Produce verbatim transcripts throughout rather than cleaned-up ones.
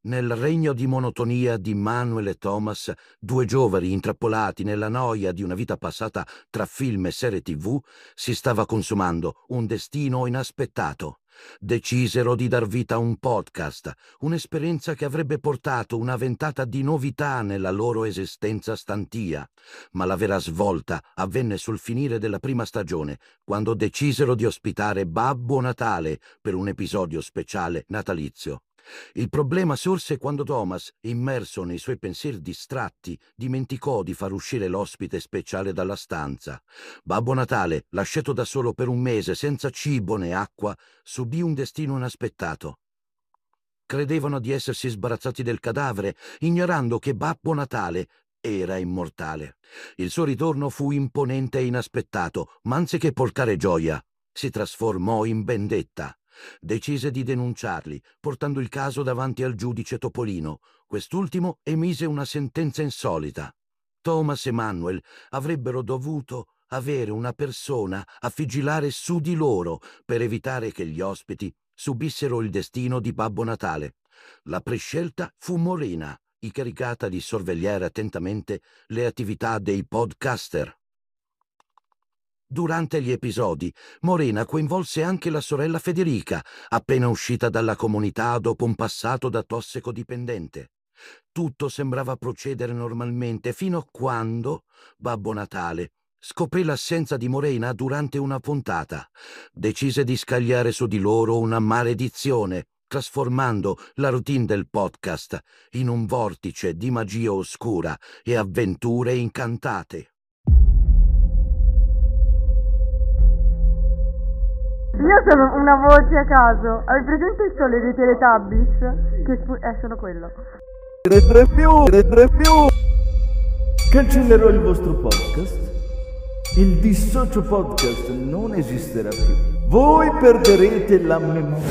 Nel regno di monotonia di Manuel e Thomas, due giovani intrappolati nella noia di una vita passata tra film e serie tivù, si stava consumando un destino inaspettato. Decisero di dar vita a un podcast, un'esperienza che avrebbe portato una ventata di novità nella loro esistenza stantia. Ma la vera svolta avvenne sul finire della prima stagione, quando decisero di ospitare Babbo Natale per un episodio speciale natalizio. Il problema sorse quando Thomas, immerso nei suoi pensieri distratti, dimenticò di far uscire l'ospite speciale dalla stanza. Babbo Natale, lasciato da solo per un mese senza cibo né acqua, subì un destino inaspettato. Credevano di essersi sbarazzati del cadavere, ignorando che Babbo Natale era immortale. Il suo ritorno fu imponente e inaspettato, ma anziché portare gioia, si trasformò in vendetta. Decise di denunciarli, portando il caso davanti al giudice Topolino. Quest'ultimo emise una sentenza insolita. Thomas e Manuel avrebbero dovuto avere una persona a vigilare su di loro per evitare che gli ospiti subissero il destino di Babbo Natale. La prescelta fu Morena, incaricata di sorvegliare attentamente le attività dei podcaster. Durante gli episodi, Morena coinvolse anche la sorella Federica, appena uscita dalla comunità dopo un passato da tossicodipendente. Tutto sembrava procedere normalmente fino a quando Babbo Natale scoprì l'assenza di Morena durante una puntata. Decise di scagliare su di loro una maledizione, trasformando la routine del podcast in un vortice di magia oscura e avventure incantate. Io sono una voce a caso. Hai presente il sole dei Teletubbies? Che spu- eh, sono quello. Review, review. Cancellerò il vostro podcast. Il dissocio podcast non esisterà più. Voi perderete la memoria.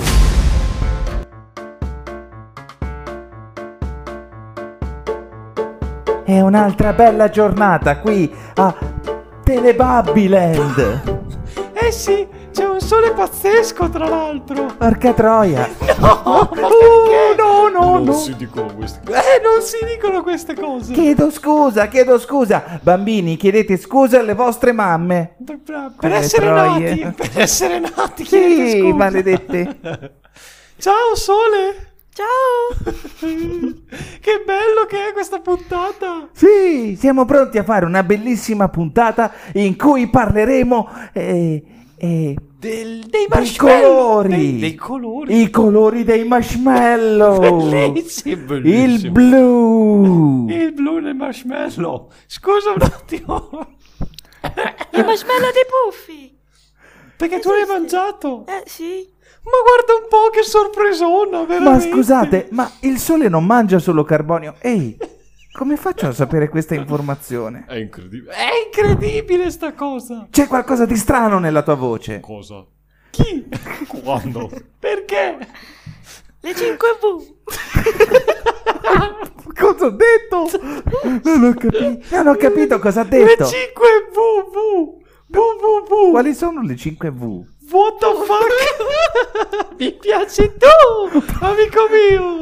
È un'altra bella giornata qui a Telebabbyland. Eh sì, c'è un sole pazzesco tra l'altro. Porca troia. No, ma perché? No, no, non no. si dicono queste cose. Eh, non si dicono queste cose. Chiedo scusa, chiedo scusa. Bambini, chiedete scusa alle vostre mamme. Per, per Quelle essere troie. nati, per essere nati, chiedete Sì, scusa. maledette. Ciao sole. Ciao! Che bello che è questa puntata. Sì, siamo pronti a fare una bellissima puntata in cui parleremo eh, eh, Del, dei dei marshmallow. colori. Dei, dei colori. I colori dei marshmallow. Bellissimo, Il bellissimo. blu. Il blu nel marshmallow. Scusa un attimo. Il marshmallow dei puffi! Perché tu l'hai mangiato? Eh sì. Ma guarda un po' che sorpresona, Ma veramente. scusate, ma il sole non mangia solo carbonio. Ehi, come faccio a sapere questa informazione? È incredibile. È incredibile sta cosa. C'è qualcosa di strano nella tua voce. Cosa? Chi? Quando? Perché? Le cinque vu! Cosa ho detto? Non ho capito. Non ho capito cosa ha Le detto. cinque vu vu. vu vu vu. Quali sono le cinque vu? What the fuck? Mi piaci tu, amico mio.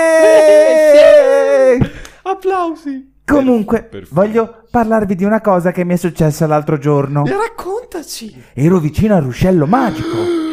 Eh, sì. Applausi. Comunque, Perfetto. voglio parlarvi di una cosa che mi è successa l'altro giorno. E raccontaci. Ero vicino al ruscello magico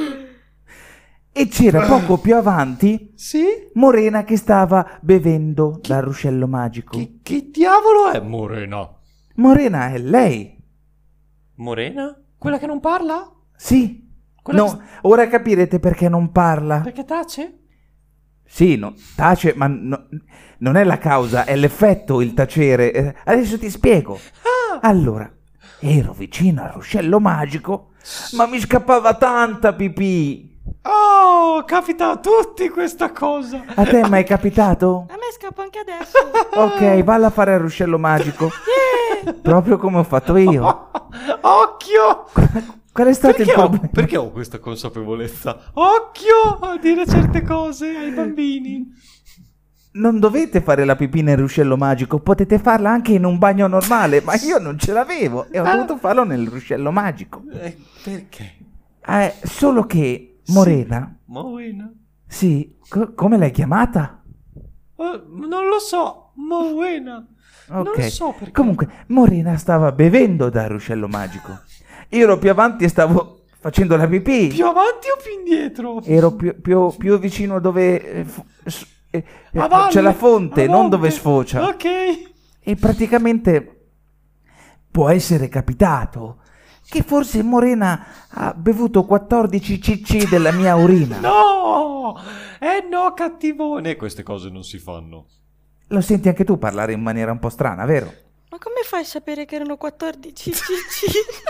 e c'era poco più avanti Sì? Morena che stava bevendo dal ruscello magico. Che, che diavolo è Morena? Morena è lei. Morena? Quella che non parla? Sì. Quella No, ora capirete perché non parla. Perché tace? Sì, no, tace, ma no- non è la causa, è l'effetto il tacere. Eh, adesso ti spiego. Ah! Allora, ero vicino al ruscello magico, ma mi scappava tanta pipì. Oh, capita a tutti questa cosa. A te è mai capitato? A me scappa anche adesso. Ok, valla a fare al ruscello magico. Proprio come ho fatto io. Occhio! Qual è stato Perché il ho, problema? perché ho questa consapevolezza? Occhio a dire certe cose ai bambini. Non dovete fare la pipì nel ruscello magico, potete farla anche in un bagno normale, ma io non ce l'avevo e ho Ah. dovuto farlo nel ruscello magico. Eh, perché? Eh, solo che Morena, Morena. sì, co- come l'hai chiamata? Uh, non lo so, Morena. Non Ok, lo so perché. comunque Morena stava bevendo dal ruscello magico. Io ero più avanti e stavo facendo la pipì. Più avanti o più indietro? Ero più, più- più vicino dove eh, fu- s- eh, eh, A valle, c'è la fonte, a non monte. dove sfocia. Ok. E praticamente può essere capitato che forse Morena ha bevuto quattordici cc della mia urina. No! Eh no, cattivone. Queste cose non si fanno. Lo senti anche tu parlare in maniera un po' strana, vero? Ma come fai a sapere che erano quattordici cc?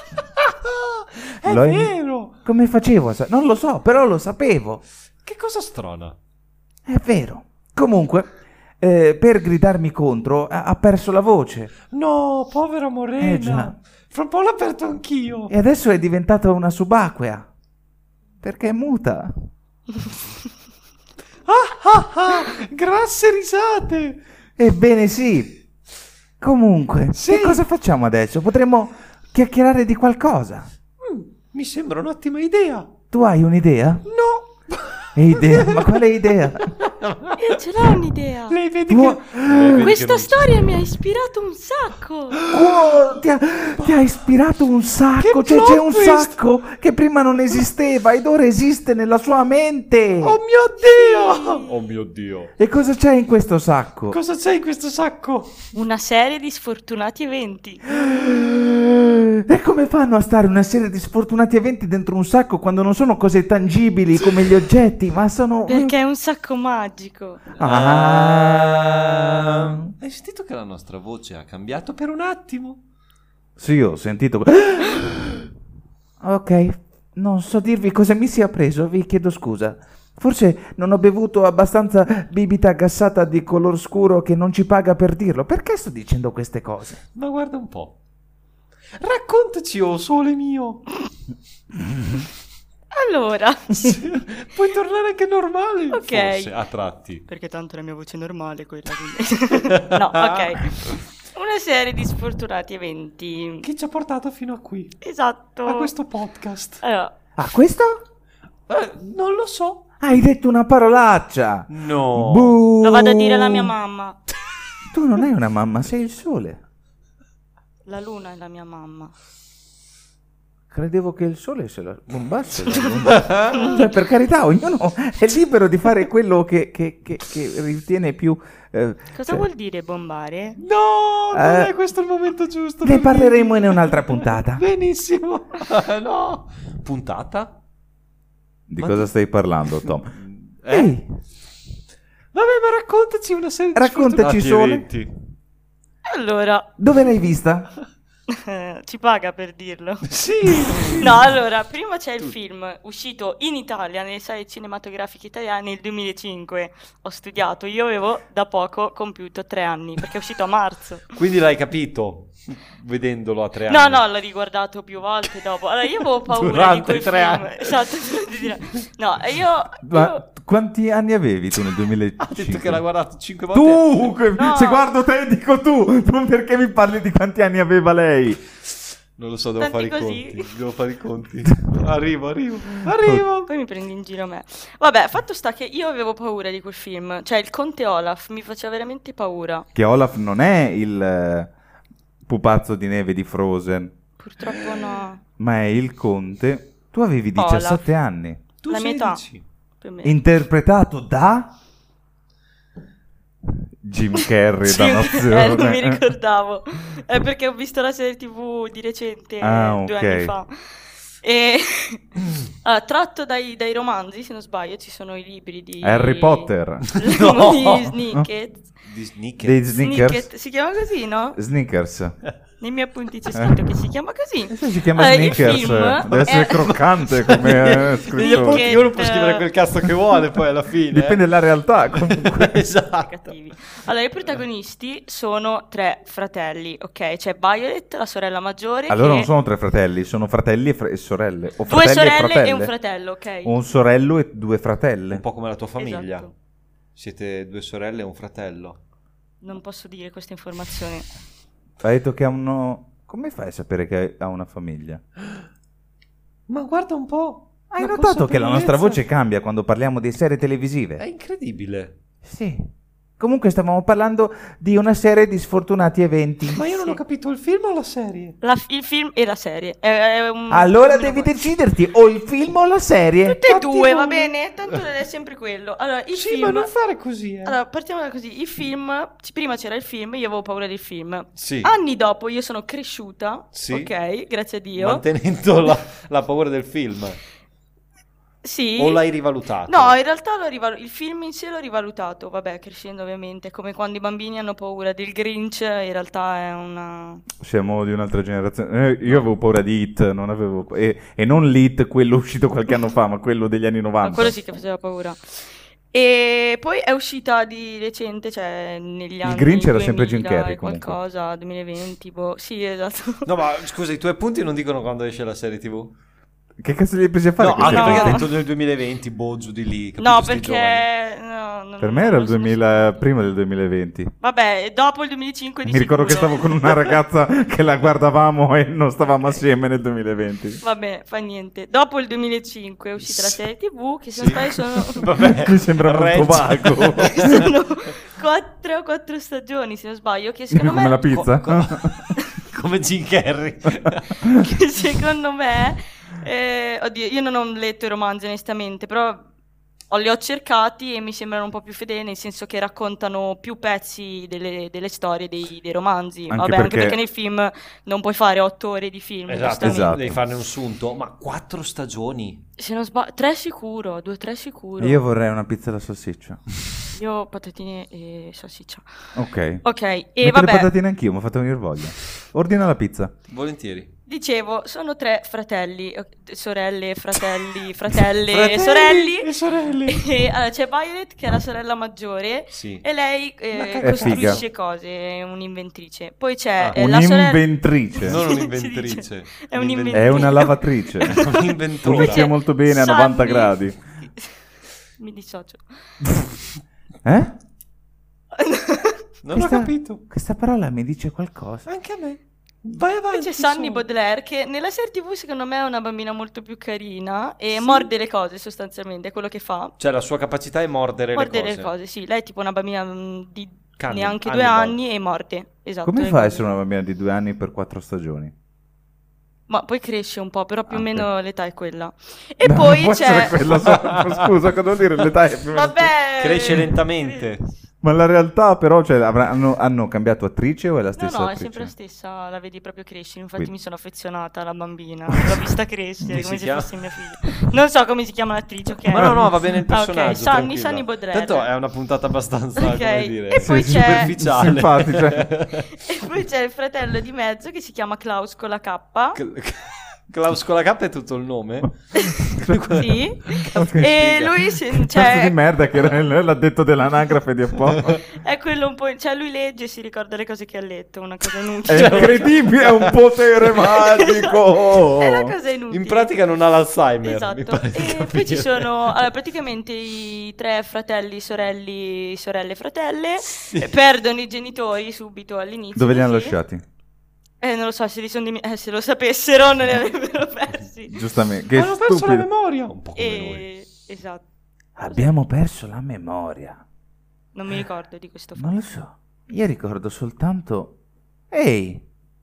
È Lo hai- vero. Come facevo? a sa- Non lo so, però lo sapevo. Che cosa strana. È vero. Comunque, eh, per gridarmi contro, ha, ha perso la voce. No, povera Morena. Eh, già. Fra un po' l'ho aperto anch'io. E adesso è diventata una subacquea. Perché è muta. Ah, ah, ah, grasse risate. Ebbene sì. Comunque, Sì. che cosa facciamo adesso? Potremmo chiacchierare di qualcosa. Mm, mi sembra un'ottima idea. Tu hai un'idea? No. E idea? Ma quale idea? Io ce l'ho un'idea. Lei vedi Tu- che... Lei vedi che Questa non- storia mi ha ispirato un sacco. Oh, ti, ha, ti ha ispirato un sacco. Che Cioè, c'è un plot twist! sacco che prima non esisteva ed ora esiste nella sua mente. Oh mio Dio. Oh mio Dio. E cosa c'è in questo sacco? Cosa c'è in questo sacco? Una serie di sfortunati eventi. E come fanno a stare una serie di sfortunati eventi dentro un sacco quando non sono cose tangibili come gli oggetti, ma sono... Perché è un sacco magico. Ah. Hai sentito che la nostra voce ha cambiato per un attimo? Sì, ho sentito... Ok, non so dirvi cosa mi sia preso, vi chiedo scusa. Forse non ho bevuto abbastanza bibita gassata di color scuro che non ci paga per dirlo. Perché sto dicendo queste cose? Ma guarda un po'. Raccontaci, oh sole mio. Allora, Puoi tornare anche normale. Ok. Forse, a tratti. perché tanto la mia voce è normale quella, quindi... No, ok. Una serie di sfortunati eventi. Che ci ha portato fino a qui. Esatto. A questo podcast. Allora, Ah, questo? Eh, non lo so. Hai detto una parolaccia! No. Buh. lo vado a dire alla mia mamma. Tu non hai una mamma, sei il sole. La luna è la mia mamma. Credevo che il sole se la bombasse. la bombasse. Cioè, per carità, ognuno è libero di fare quello che, che- che- che ritiene più... eh, Cosa cioè, vuol dire bombare? No, non Eh, è questo il momento giusto. Ne per parleremo dirlo. in un'altra puntata. Benissimo. No. Puntata? Di Ma cosa tu- stai parlando, Tom? Eh? Ehi, Vabbè, ma raccontaci una serie di Raccontaci, sfortunati Sole. eventi. Allora, dove l'hai vista? ci paga per dirlo. Sì. No, allora, prima c'è il film uscito in Italia nelle sale cinematografiche italiane nel duemilacinque. Ho studiato, io avevo da poco compiuto tre anni, perché è uscito a marzo. Quindi l'hai capito vedendolo a tre anni. No, no, l'ho riguardato più volte dopo. Allora, io avevo paura Durante di quel i tre film. anni. Esatto, durante i tre anni. No, e io... Ma io... quanti anni avevi tu nel duemilacinque? Ha detto che l'ha guardato cinque volte. Tu, che- No. se guardo te dico tu, tu perché mi parli di quanti anni aveva lei? Non lo so, devo Tanti fare così. i conti. Devo fare i conti. Arrivo, arrivo. Arrivo. Poi mi prendi in giro me. Vabbè, fatto sta che io avevo paura di quel film. Cioè, il conte Olaf mi faceva veramente paura. Che Olaf non è il eh, pupazzo di neve di Frozen, Purtroppo no. ma è il conte. Tu avevi diciassette anni. Tu La mia età. sedici. Più o meno. Interpretato da Jim Carrey, Sì, da eh, Nazione. non mi ricordavo. È perché ho visto la serie tivù di recente, Ah, due ok. anni fa. E allora, tratto dai, dai romanzi, se non sbaglio, ci sono i libri di Harry Potter. No. di Snicket. Di Snicket. Dei Snickers. Snicket, si chiama così, no? Snickers. Nei miei appunti c'è scritto che si chiama così. Eh, si chiama Allora, il Snickers. film Deve essere è- croccante come è Negli scritto. appunti Snicket. uno può scrivere quel cazzo che vuole poi alla fine. Dipende dalla realtà. Comunque. eh. Esatto. cattivi. Allora, i protagonisti sono tre fratelli, ok? C'è Violet, la sorella maggiore, Allora che non sono tre fratelli, sono fratelli e, fre- e sorelle. O due fratelli sorelle e, fratelle. un fratello, ok? O un sorello e due fratelle. Un po' come la tua famiglia. Esatto. Siete due sorelle e un fratello. Non posso dire queste informazioni. Hai detto che ha uno... Come fai a sapere che ha una famiglia? Ma guarda un po'. Hai la notato che la nostra consapevolezza. voce cambia quando parliamo di serie televisive? È incredibile. Sì. Comunque stavamo parlando di una serie di sfortunati eventi. Ma io non ho capito il film o la serie? La- il film e la serie. È, è un- Allora un- devi deciderti o il film o la serie. Tutte e Fatti due, va due. bene? Tanto è sempre quello. Allora, il Sì, film... ma non fare così, eh. Allora, partiamo da così. Il film... c- Prima c'era il film, io avevo paura del film. Sì. Anni dopo io sono cresciuta, Sì. ok? Grazie a Dio. Mantenendo la, la paura del film. Sì. O l'hai rivalutato? No, in realtà l'ho rivalu- il film in sé l'ho rivalutato, vabbè, crescendo ovviamente, come quando i bambini hanno paura del Grinch, in realtà è una... Siamo di un'altra generazione. Eh, io avevo paura di It, non avevo... e, e non l'It, quello uscito qualche anno fa, ma quello degli anni Ma novanta. quello sì che faceva paura. E poi è uscita di recente, cioè negli anni Grinch era sempre Jim duemila Carrey, e comunque. qualcosa, duemilaventi, boh, sì, esatto. No, ma scusa, i tuoi appunti non dicono quando esce la serie tivù? Che cazzo gli hai presi a fare? No, questi anche no. perché ha appunti? detto nel duemilaventi, boh, giù di lì. capito, No, sti giovani. perché... no, non- Per me era il non sono duemila, sicura. prima del duemilaventi. Vabbè, dopo il duemilacinque di Mi ricordo che sicuro. stavo con una ragazza che la guardavamo e non stavamo assieme nel duemilaventi. Vabbè, fa niente. Dopo il duemilacinque è uscita la serie tivù, che se Sì. non sbaglio sono... Vabbè, Mi sembra molto regge. vago. sono quattro, quattro stagioni, se non sbaglio, che secondo Come me... la pizza? Co- co- Come Jim Carrey. che secondo me, eh, oddio, io non ho letto i romanzi onestamente, però ho- li ho cercati e mi sembrano un po' più fedeli, nel senso che raccontano più pezzi delle, delle storie dei, dei romanzi. Anche Vabbè, anche perché- perché nel film non puoi fare otto ore di film, Esatto, giustamente. esatto. devi farne un sunto. Ma quattro stagioni? Se non sbaglio, tre sicuro, due o tre sicuro. Io vorrei una pizza alla salsiccia. Io patatine e salsiccia. Ok. Ok, e Metto le vabbè, patatine anch'io, mi ha fatto venire voglia. Ordina la pizza. Volentieri. dicevo, sono tre fratelli, eh, sorelle, fratelli, fratelle, Fratelli sorelli. e sorelle. E, allora, c'è Violet che è la sorella maggiore Sì. e lei eh, Una cagata. costruisce È cose, è un'inventrice. Poi c'è Ah. eh, la sorella... Un'inventrice. Non Si un'inventrice. dice. È Un'inven- un'inventrice. È una lavatrice. Un'inventora. Pulisce molto bene a Sandy- novanta gradi. Mi dissocio. Eh? Non ho Questa- capito. Questa parola mi dice qualcosa. Anche a me. Vai Poi avanti. c'è Sunny su. Baudelaire che nella serie tivù secondo me è una bambina molto più carina e Sì. morde le cose sostanzialmente, è quello che fa. Cioè, la sua capacità è mordere, Mordere le le cose. cose, sì. Lei è tipo una bambina mm, di Canni- neanche due Hannibal. anni e morde. Esatto. Come le fa a cose. essere una bambina di due anni per quattro stagioni? Ma poi cresce un po', però più o Ah, meno ok. l'età è quella. E No, poi può c'è... essere quella, so- scusa, cosa vuol dire l'età è più o meno- Vabbè... Cresce lentamente. Ma la realtà però, cioè, avra- hanno, hanno cambiato attrice o è la No, stessa no, è attrice? sempre la stessa, la vedi proprio crescere, infatti Quindi- mi sono affezionata alla bambina, l'ho vista crescere Come come si se chiama? fosse mia figlia. Non so come si chiama l'attrice, ok? Ma no, no, va bene il Ah, ok, personaggio. Sunny, tranquilla. Sunny Baudelaire. Tanto è una puntata abbastanza, Ok, come dire, e poi Sì, c'è... superficiale. Simpatica. E poi c'è il fratello di mezzo che si chiama Klaus con la K. Klaus con la K è tutto il nome? Sì. Ok. E lui si- Pezzo cioè, di merda che era l'ha detto dell'anagrafe di Apollo. è quello un po'... Cioè lui legge e si ricorda le cose che ha letto, una cosa È inutile. incredibile, è un potere magico. È una cosa inutile. In pratica non ha l'Alzheimer. Mi Esatto, pare di e poi capire. ci sono allora, praticamente i tre fratelli, sorelli, sorelle, fratelle Sì. eh, perdono i genitori subito all'inizio. Dove li hanno così. lasciati? Eh, non lo so, se, li son dimi- eh, se lo sapessero non li avrebbero persi. Giustamente, che Hanno perso la stupido. memoria. Un po' come noi. E... Esatto, Abbiamo perso la memoria. non mi ricordo di questo fatto. Non lo so. Io ricordo soltanto... Ehi,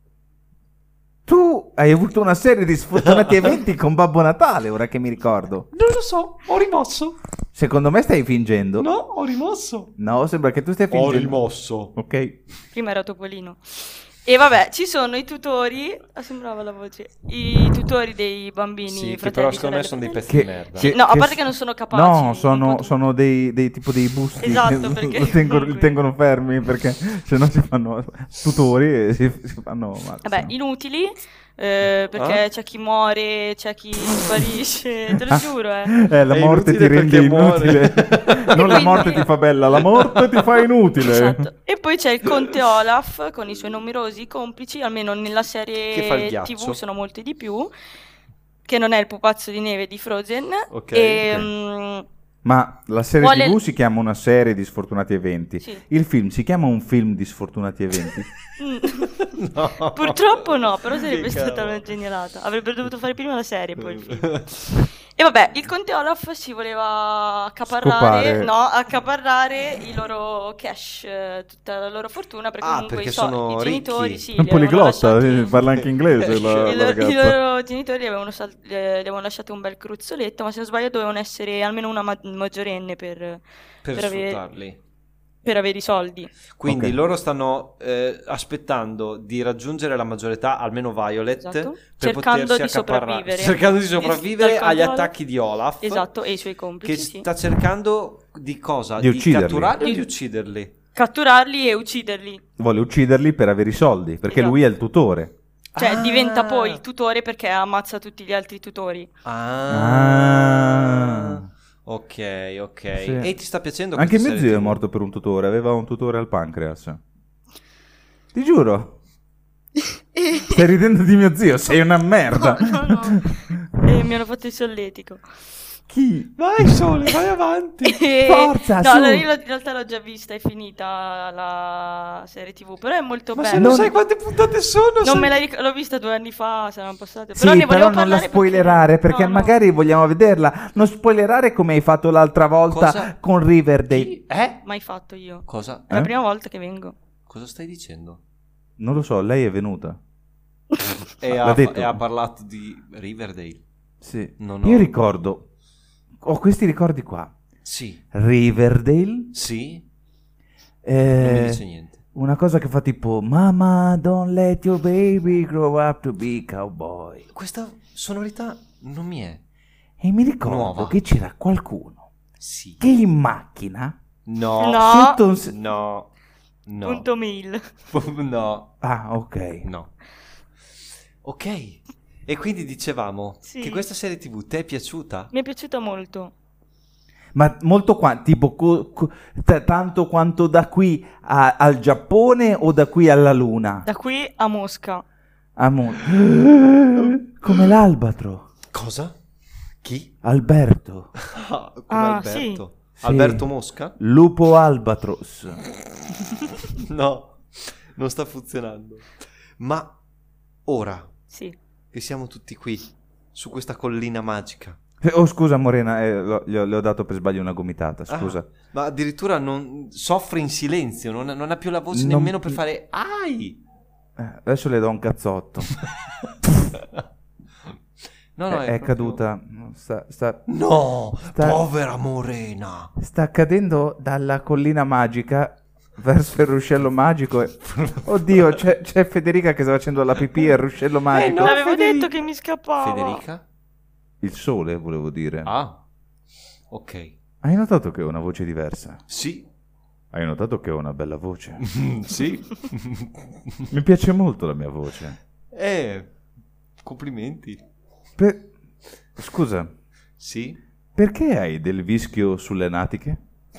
tu hai avuto una serie di sfortunati eventi con Babbo Natale, ora che mi ricordo. Non lo so, ho rimosso. Secondo me stai fingendo. No, ho rimosso. No, sembra che tu stia Ho fingendo. rimosso. Ok. Prima era Topolino. E vabbè, ci sono i tutori, ah, sembrava la voce, i tutori dei bambini, Sì, che fratelli, però secondo me sorelle, sono dei fratelli. pezzi Che- di merda. che- No, a parte che non sono capaci. No, un sono, po' sono dei, dei tipo dei busti Esatto, che perché lo tengono, li comunque- tengono fermi perché se no si fanno tutori e si, si fanno male. Vabbè, inutili, eh, perché Ah? c'è chi muore, c'è chi sparisce, te lo Ah. giuro, eh. Eh, la È morte ti inutile rende perché muore. inutile. Non la quindi- morte ti fa bella, la morte ti fa inutile. Esatto. E poi c'è il conte Olaf con i suoi numerosi complici, almeno nella serie Che fa il ghiaccio. tivù sono molti di più, che non è il pupazzo di neve di Frozen. Ok, e, ok. mm, Ma la serie Vuole- tivù si chiama una serie di sfortunati eventi. Sì. Il film si chiama un film di sfortunati eventi. mm, No. Purtroppo no, però sarebbe Che stata cavolo. una genialata. Avrebbero dovuto fare prima la serie, poi il film. E vabbè, il conte Olaf si voleva accaparrare, Scopare. no, accaparrare i loro cash, eh, tutta la loro fortuna, perché Ah, comunque perché i, so- sono i genitori ricchi. sì, È li un avevano poliglotta, lasciati- eh, parla anche inglese la, I la loro, i ragazza. loro genitori gli avevano, sal- gli avevano lasciato un bel cruzzoletto, ma se non sbaglio dovevano essere almeno una ma- maggiorenne per, Per, per avere, sfruttarli. per avere i soldi. Quindi Ok. loro stanno eh, aspettando di raggiungere la maggiore età, almeno Violet, Esatto. per Cercando potersi di accaparrare- sopravvivere. cercando di sopravvivere Dal agli controllo. attacchi di Olaf. Esatto, e i suoi Che complici, sì. sta cercando di cosa? Di ucciderli. catturarli o Di- di ucciderli? Catturarli e ucciderli. Vuole ucciderli per avere i soldi, perché Esatto. lui è il tutore. Cioè, Ah. diventa poi il tutore perché ammazza tutti gli altri tutori. Ah. Ah. Ok, ok. Sì. E ti sta piacendo Anche questa mio serie zio è tivù? morto per un tutore, aveva un tutore al pancreas. Ti giuro. Stai ridendo di mio zio, sei una merda. No, no, no. E mi hanno fatto il solletico. Chi? Vai Sole, vai avanti. E- Forza, no, su. allora io in realtà l'ho già vista, è finita la serie tivù, però è molto Ma se bella. non Non- sai quante puntate sono, Non sai- me la ric- l'ho vista due anni fa, saranno passate. Sì, Però ne però volevo non la parlare perché- spoilerare, perché No, no. magari vogliamo vederla. Non spoilerare come hai fatto l'altra volta Cosa? con Riverdale. Chi? Eh? Mai fatto io. Cosa? È la Eh? prima volta che vengo. Cosa stai dicendo? Non lo so, lei è venuta. E L'ha ha, detto. e ha parlato di Riverdale. Sì. Non ho- Io ricordo, ho questi ricordi qua. Sì, Riverdale, sì, eh, non mi dice niente. una cosa che fa tipo Mama, don't let your baby grow up to be cowboy. Questa sonorità non mi è. E mi ricordo Nuova. che c'era qualcuno Sì. che in macchina, No. No. sotto un... se- No. No. Punto mail. No. Ah, ok. No. Ok. E quindi dicevamo Sì. che questa serie tivù ti è piaciuta? Mi è piaciuta molto. Ma molto qua, tipo co- co- t- tanto quanto da qui a- al Giappone o da qui alla Luna? Da qui a Mosca. Amore. Come l'albatro. Cosa? Chi? Alberto. Ah, come Ah, Alberto. sì. Alberto Mosca? Lupo albatros. No, non sta funzionando. Ma ora Sì. che siamo tutti qui, su questa collina magica, Eh, Oh, scusa, Morena, eh, lo- gli ho, le ho dato per sbaglio una gomitata. Scusa. Ah, ma addirittura non soffre in silenzio, non, non ha più la voce Non- nemmeno per fare ai. Eh, adesso le do un cazzotto. No, no, è, è, è proprio- caduta. Sta, sta, No, Sta- povera Morena. sta cadendo dalla collina magica verso il ruscello magico. e- Oddio, c'è, c'è Federica che sta facendo la pipì al ruscello magico. no. L'avevo Federica. detto che mi scappava. Federica? Il sole, volevo dire. Ah, ok. Hai notato che ho una voce diversa? Sì, Hai notato che ho una bella voce? sì. Mi piace molto la mia voce. Eh, complimenti. Per- Scusa, Sì. perché hai del vischio sulle natiche?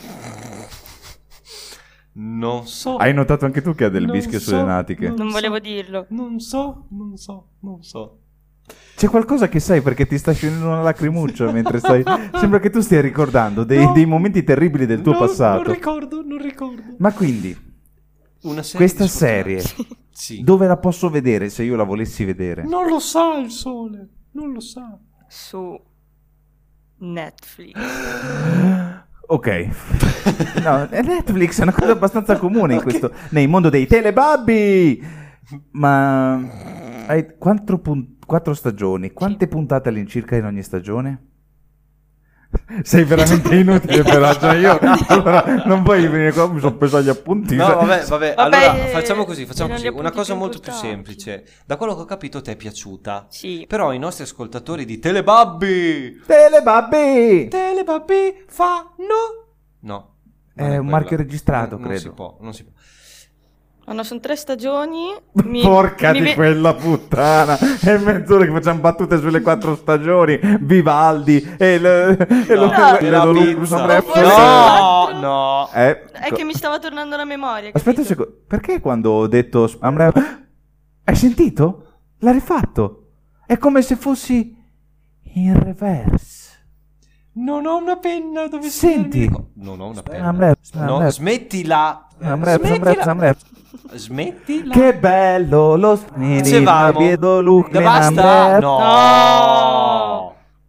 Non so. Hai notato anche tu che ha del Non vischio so, sulle natiche? non Non so. volevo dirlo. Non so, non so, non so. C'è qualcosa che sai perché ti sta scendendo una lacrimuccia mentre stai... Sembra che tu stia ricordando dei, No. dei momenti terribili del tuo No, passato. Non ricordo, non ricordo. Ma quindi, Una serie questa di sfortunati. serie, Sì. dove la posso vedere se io la volessi vedere? Non lo sa il sole, non lo sa. Su Netflix. Ok. No, eh, Netflix è una cosa abbastanza comune in questo... Nel mondo dei telebabbi! Ma... Hai quattro, pun- quattro stagioni. Quante puntate all'incirca in ogni stagione? Sei veramente inutile però, cioè io allora, non puoi venire qua, mi sono preso gli appunti. No, cioè- vabbè, vabbè, Vabbè, allora facciamo così, facciamo erano così. gli Una appunti cosa più molto più importanti. semplice. Da quello che ho capito ti è piaciuta. Sì. Però i nostri ascoltatori di Telebabbi Telebabbi! Telebabbi fanno No. non È un quella. marchio registrato, Non- non credo. si può, non si può. Ah, no, sono tre stagioni. Mi- Porca mi di ve- quella puttana! È mezz'ora che facciamo battute sulle quattro stagioni. Vivaldi e, le, e lo, No. e E la lo- pizza. lo- lo- No. No, no. Eh, È co- che mi stava tornando la memoria. Aspetta un capito? secondo, perché quando ho detto Amre- hai sentito? L'ha rifatto. È come se fossi in reverse. Non ho una penna dove Senti. segnarmi- Non ho una penna. Amre- No, Amre- smettila. Amre- Amre- Smettila. Amre- Smettila. Che bello lo Dicevamo. vedo Luke Basta. Amre- No. No.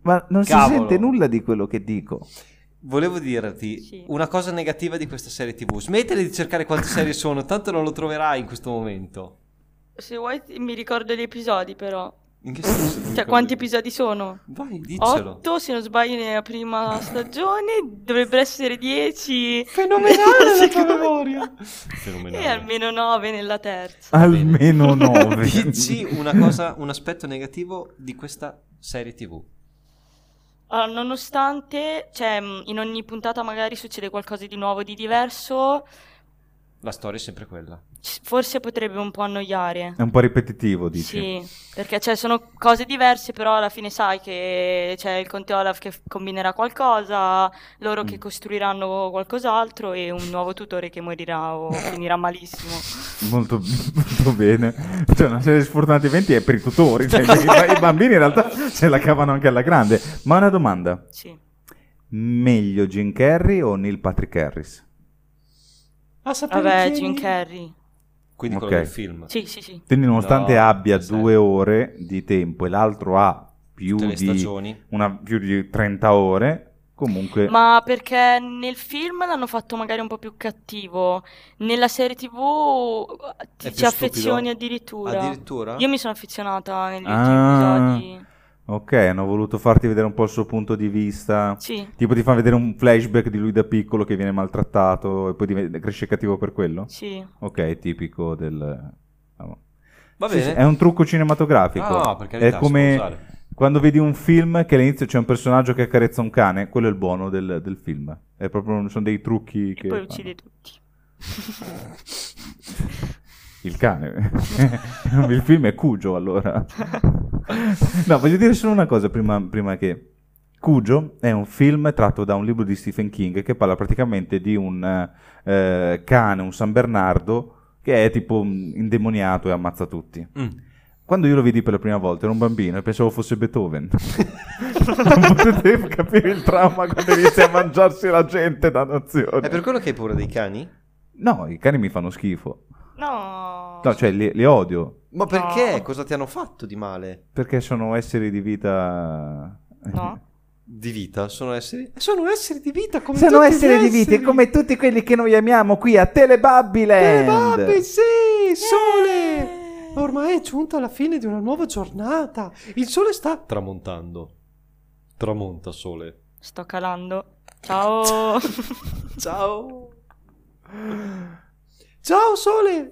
Ma non Cavolo. si sente nulla di quello che dico. Volevo dirti Sì. una cosa negativa di questa serie tivù. Smettila di cercare quante serie sono, tanto non lo troverai in questo momento. Se vuoi ti- mi ricordo gli episodi però. In che senso? ti Cioè, ricordi? quanti episodi sono? Vai, diccelo. otto, se non sbaglio, nella prima stagione. Dovrebbero essere dieci. Fenomenale la tua Secondo- memoria. E Fenomenale. almeno nove nella terza. Almeno nove. Dici una cosa, un aspetto negativo di questa serie tivù. Allora, nonostante, cioè, mh, in ogni puntata magari succede qualcosa di nuovo, di diverso, La storia è sempre quella. c- forse potrebbe un po' annoiare. È un po' ripetitivo, dici? Sì, perché cioè, sono cose diverse, però alla fine sai che c'è il Conte Olaf che f- combinerà qualcosa, loro che costruiranno qualcos'altro e un nuovo tutore che morirà o finirà malissimo. Molto, molto bene. Cioè, una serie di sfortunati eventi è per i tutori. Cioè, i, i bambini in realtà se la cavano anche alla grande. Ma una domanda. Sì. Meglio Jim Carrey o Neil Patrick Harris? Ah, sapevi Vabbè, che- Jim Carrey. Quindi Ok. quello del film. Sì, sì, sì. Quindi nonostante No, abbia sai. due ore di tempo e l'altro ha più Tutte le di, stagioni. una, più di trenta ore, comunque... Ma perché nel film l'hanno fatto magari un po' più cattivo, nella serie tivù ti È ci più affezioni stupido? addirittura. Addirittura? Io mi sono affezionata negli ultimi Ah. episodi. Ok, hanno voluto farti vedere un po' il suo punto di vista. Sì, Tipo ti fanno vedere un flashback di lui da piccolo che viene maltrattato e poi div- cresce cattivo per quello? sì. Ok, tipico del... ah, Va sì, bene. sì, è un trucco cinematografico. Ah, per carità, è come si può usare. quando vedi un film che all'inizio c'è un personaggio che accarezza un cane, quello è il buono del, del film. È proprio, sono dei trucchi E che... poi fanno. uccide tutti. Il cane. Il film è Cujo, allora. No, voglio dire solo una cosa prima, prima che... Cujo è un film tratto da un libro di Stephen King che parla praticamente di un eh, cane, un San Bernardo, che è tipo mm, indemoniato e ammazza tutti. Mm. Quando io lo vidi per la prima volta, ero un bambino e pensavo fosse Beethoven. Non potete capire il trauma quando inizia a mangiarsi la gente da nozione. È per quello che hai paura dei cani? No, i cani mi fanno schifo. No. No, cioè li, li odio. Ma perché? No. Cosa ti hanno fatto di male? Perché sono esseri di vita... No. Di vita? Sono esseri... Sono esseri di vita come Sono tutti gli esseri di vita, esseri. come tutti quelli che noi amiamo qui a Telebabbiland. Babbi, sì, sole! Ormai è giunta la fine di una nuova giornata. Il sole sta tramontando. Tramonta, sole. Sto calando. Ciao. Ciao. Ciao, sole.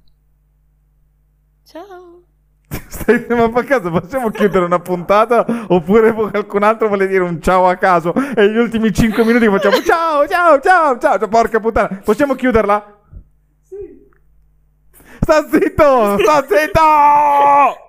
Ciao. Stai, ma per caso possiamo chiudere una puntata oppure qualcun altro vuole dire un ciao a caso e gli ultimi cinque minuti facciamo ciao, ciao, ciao, ciao, cioè, porca puttana. Possiamo chiuderla? Sì. Sta zitto, sta zitto!